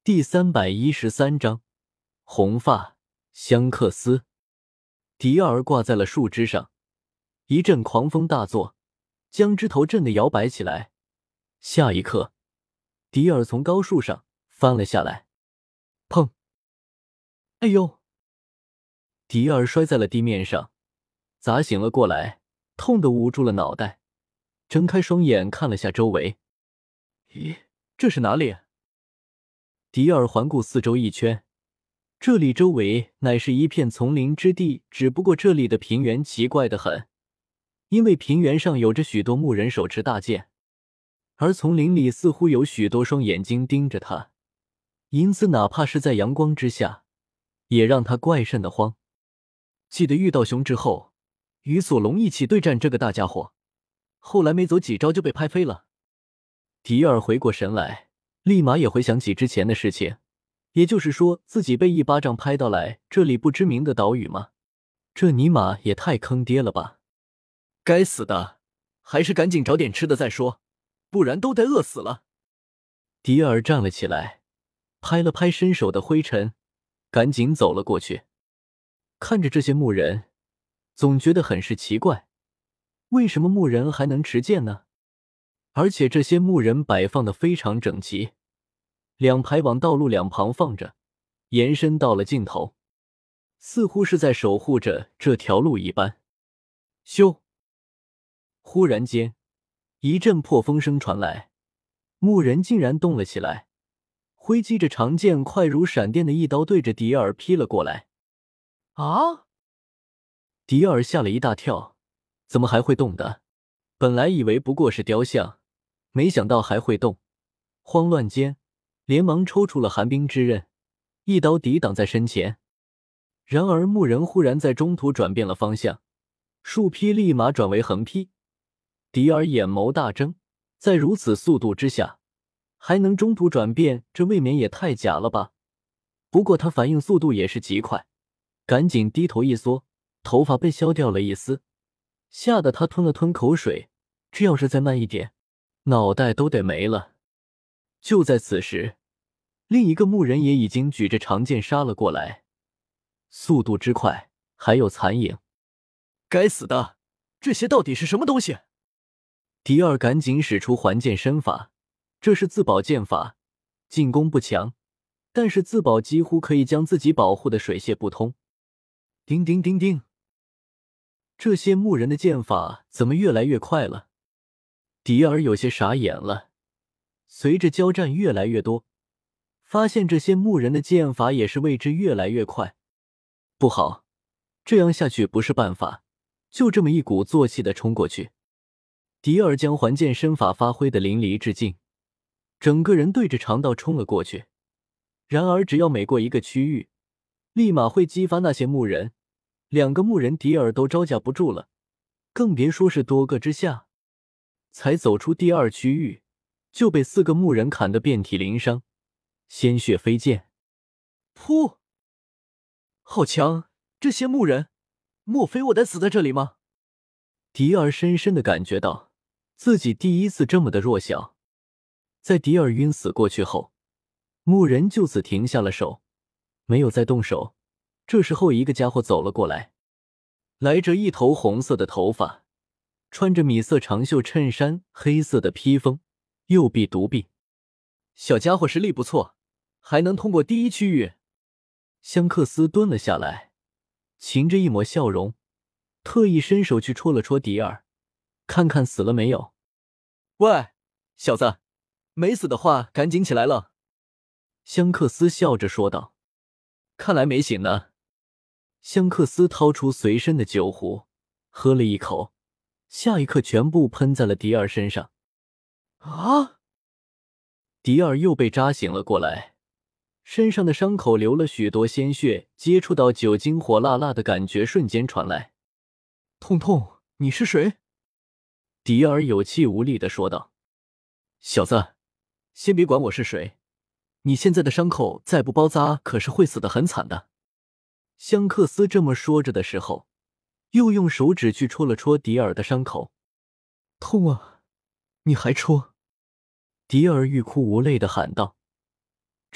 第313章红发香克斯。迪尔挂在了树枝上，一阵狂风大作，将枝头震得摇摆起来。下一刻，迪尔从高树上翻了下来，砰！哎呦！迪尔摔在了地面上，砸醒了过来，痛得捂住了脑袋，睁开双眼看了下周围。咦，这是哪里？迪尔环顾四周一圈，这里周围乃是一片丛林之地，只不过这里的平原奇怪得很，因为平原上有着许多牧人手持大剑，而丛林里似乎有许多双眼睛盯着他，因此哪怕是在阳光之下，也让他怪瘆得慌。记得遇到熊之后，与索隆一起对战这个大家伙，后来没走几招就被拍飞了。迪尔回过神来，立马也回想起之前的事情，也就是说自己被一巴掌拍到来这里不知名的岛屿吗？这尼玛也太坑爹了吧！该死的，还是赶紧找点吃的再说，不然都得饿死了。迪尔站了起来，拍了拍身手的灰尘，赶紧走了过去。看着这些牧人，总觉得很是奇怪，为什么牧人还能持剑呢？而且这些牧人摆放的非常整齐，两排往道路两旁放着，延伸到了尽头，似乎是在守护着这条路一般。咻！忽然间，一阵破风声传来，牧人竟然动了起来，挥击着长剑，快如闪电的一刀对着迪尔劈了过来。啊！迪尔吓了一大跳，怎么还会动的？本来以为不过是雕像，没想到还会动。慌乱间，连忙抽出了寒冰之刃，一刀抵挡在身前。然而牧人忽然在中途转变了方向，竖劈立马转为横劈。迪尔眼眸大睁，在如此速度之下，还能中途转变，这未免也太假了吧。不过他反应速度也是极快，赶紧低头一缩，头发被削掉了一丝，吓得他吞了吞口水，这要是再慢一点，脑袋都得没了。就在此时，另一个牧人也已经举着长剑杀了过来，速度之快，还有残影。该死的，这些到底是什么东西？迪尔赶紧使出还剑身法，这是自保剑法，进攻不强，但是自保几乎可以将自己保护的水泄不通。叮叮叮叮，这些牧人的剑法怎么越来越快了？迪尔有些傻眼了。随着交战越来越多，发现这些牧人的剑法也是为之越来越快。不好，这样下去不是办法，就这么一鼓作气地冲过去。迪尔将还剑身法发挥得淋漓至尽，整个人对着长道冲了过去。然而只要每过一个区域，立马会激发那些牧人，两个牧人迪尔都招架不住了，更别说是多个之下。才走出第二区域，就被4个牧人砍得遍体鳞伤，鲜血飞溅。噗！好强，这些牧人，莫非我得死在这里吗？迪尔深深地感觉到自己第一次这么的弱小。在迪尔晕死过去后，牧人就此停下了手，没有再动手。这时候一个家伙走了过来，来着一头红色的头发，穿着米色长袖衬衫，黑色的披风，右臂独臂。小家伙实力不错，还能通过第一区域。香克斯蹲了下来，噙着一抹笑容，特意伸手去戳了戳迪尔，看看死了没有。喂，小子，没死的话赶紧起来了。香克斯笑着说道。看来没醒呢。香克斯掏出随身的酒壶，喝了一口，下一刻全部喷在了迪尔身上。啊！迪尔又被扎醒了过来，身上的伤口流了许多鲜血，接触到酒精火辣辣的感觉瞬间传来。痛痛，你是谁？迪尔有气无力地说道。小子，先别管我是谁，你现在的伤口再不包扎可是会死得很惨的。香克斯这么说着的时候，又用手指去戳了戳迪尔的伤口。痛啊，你还戳？迪尔欲哭无泪地喊道。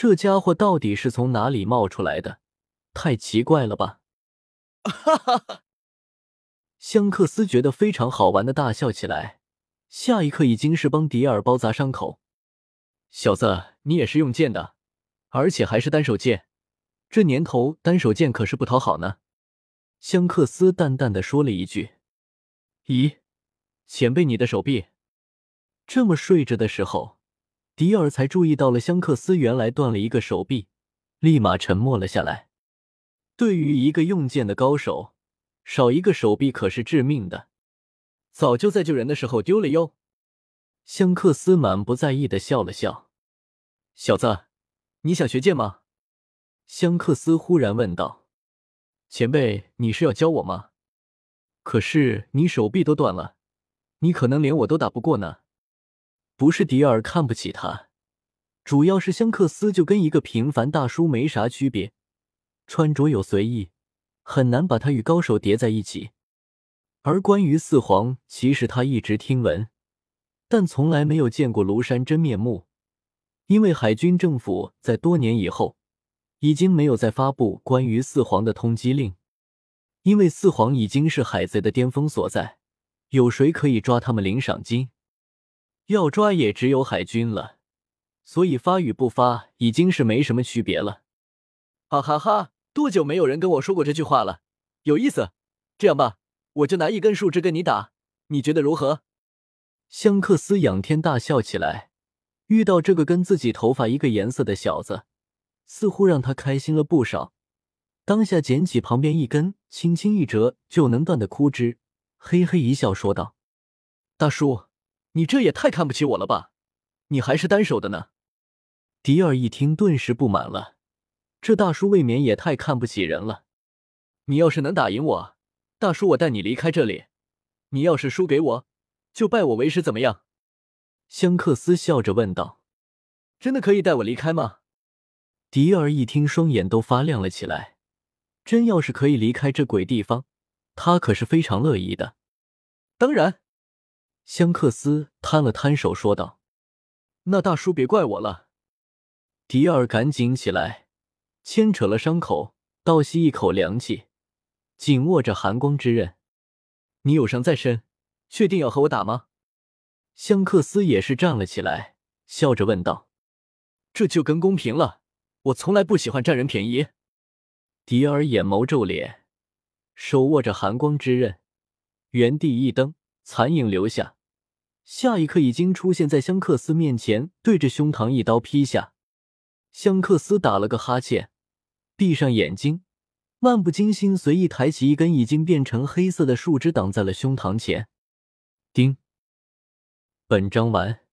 这家伙到底是从哪里冒出来的？太奇怪了吧！ 哈哈哈！ 香克斯觉得非常好玩的大笑起来，下一刻已经是帮迪尔包扎伤口。小子，你也是用剑的，而且还是单手剑，这年头单手剑可是不讨好呢。香克斯淡淡的说了一句：“咦，前辈你的手臂。”这么睡着的时候，迪尔才注意到了香克斯原来断了一个手臂，立马沉默了下来。对于一个用剑的高手，少一个手臂可是致命的。早就在救人的时候丢了哟。香克斯满不在意的笑了笑。小子，你想学剑吗？香克斯忽然问道。前辈，你是要教我吗？可是你手臂都断了，你可能连我都打不过呢。不是迪尔看不起他，主要是香克斯就跟一个平凡大叔没啥区别，穿着有随意，很难把他与高手叠在一起。而关于四皇，其实他一直听闻，但从来没有见过庐山真面目，因为海军政府在多年以后已经没有再发布关于四皇的通缉令，因为四皇已经是海贼的巅峰所在，有谁可以抓他们领赏金？要抓也只有海军了，所以发与不发已经是没什么区别了。哈哈哈，多久没有人跟我说过这句话了？有意思。这样吧，我就拿一根树枝跟你打，你觉得如何？香克斯仰天大笑起来，遇到这个跟自己头发一个颜色的小子，似乎让他开心了不少。当下捡起旁边一根轻轻一折就能断的枯枝，嘿嘿一笑说道：大叔，你这也太看不起我了吧，你还是单手的呢。迪尔一听顿时不满了，这大叔未免也太看不起人了。你要是能打赢我，大叔我带你离开这里，你要是输给我，就拜我为师怎么样？香克斯笑着问道。真的可以带我离开吗？迪尔一听双眼都发亮了起来，真要是可以离开这鬼地方，他可是非常乐意的。当然。香克斯摊了摊手说道。那大叔别怪我了。迪尔赶紧起来，牵扯了伤口，倒吸一口凉气，紧握着寒光之刃。你有伤在身，确定要和我打吗？香克斯也是站了起来，笑着问道。这就更公平了，我从来不喜欢占人便宜。迪尔眼眸皱咧，手握着寒光之刃，原地一蹬，残影留下，下一刻已经出现在香克斯面前，对着胸膛一刀劈下。香克斯打了个哈欠，闭上眼睛，漫不经心随意抬起一根已经变成黑色的树枝挡在了胸膛前。叮！本章完。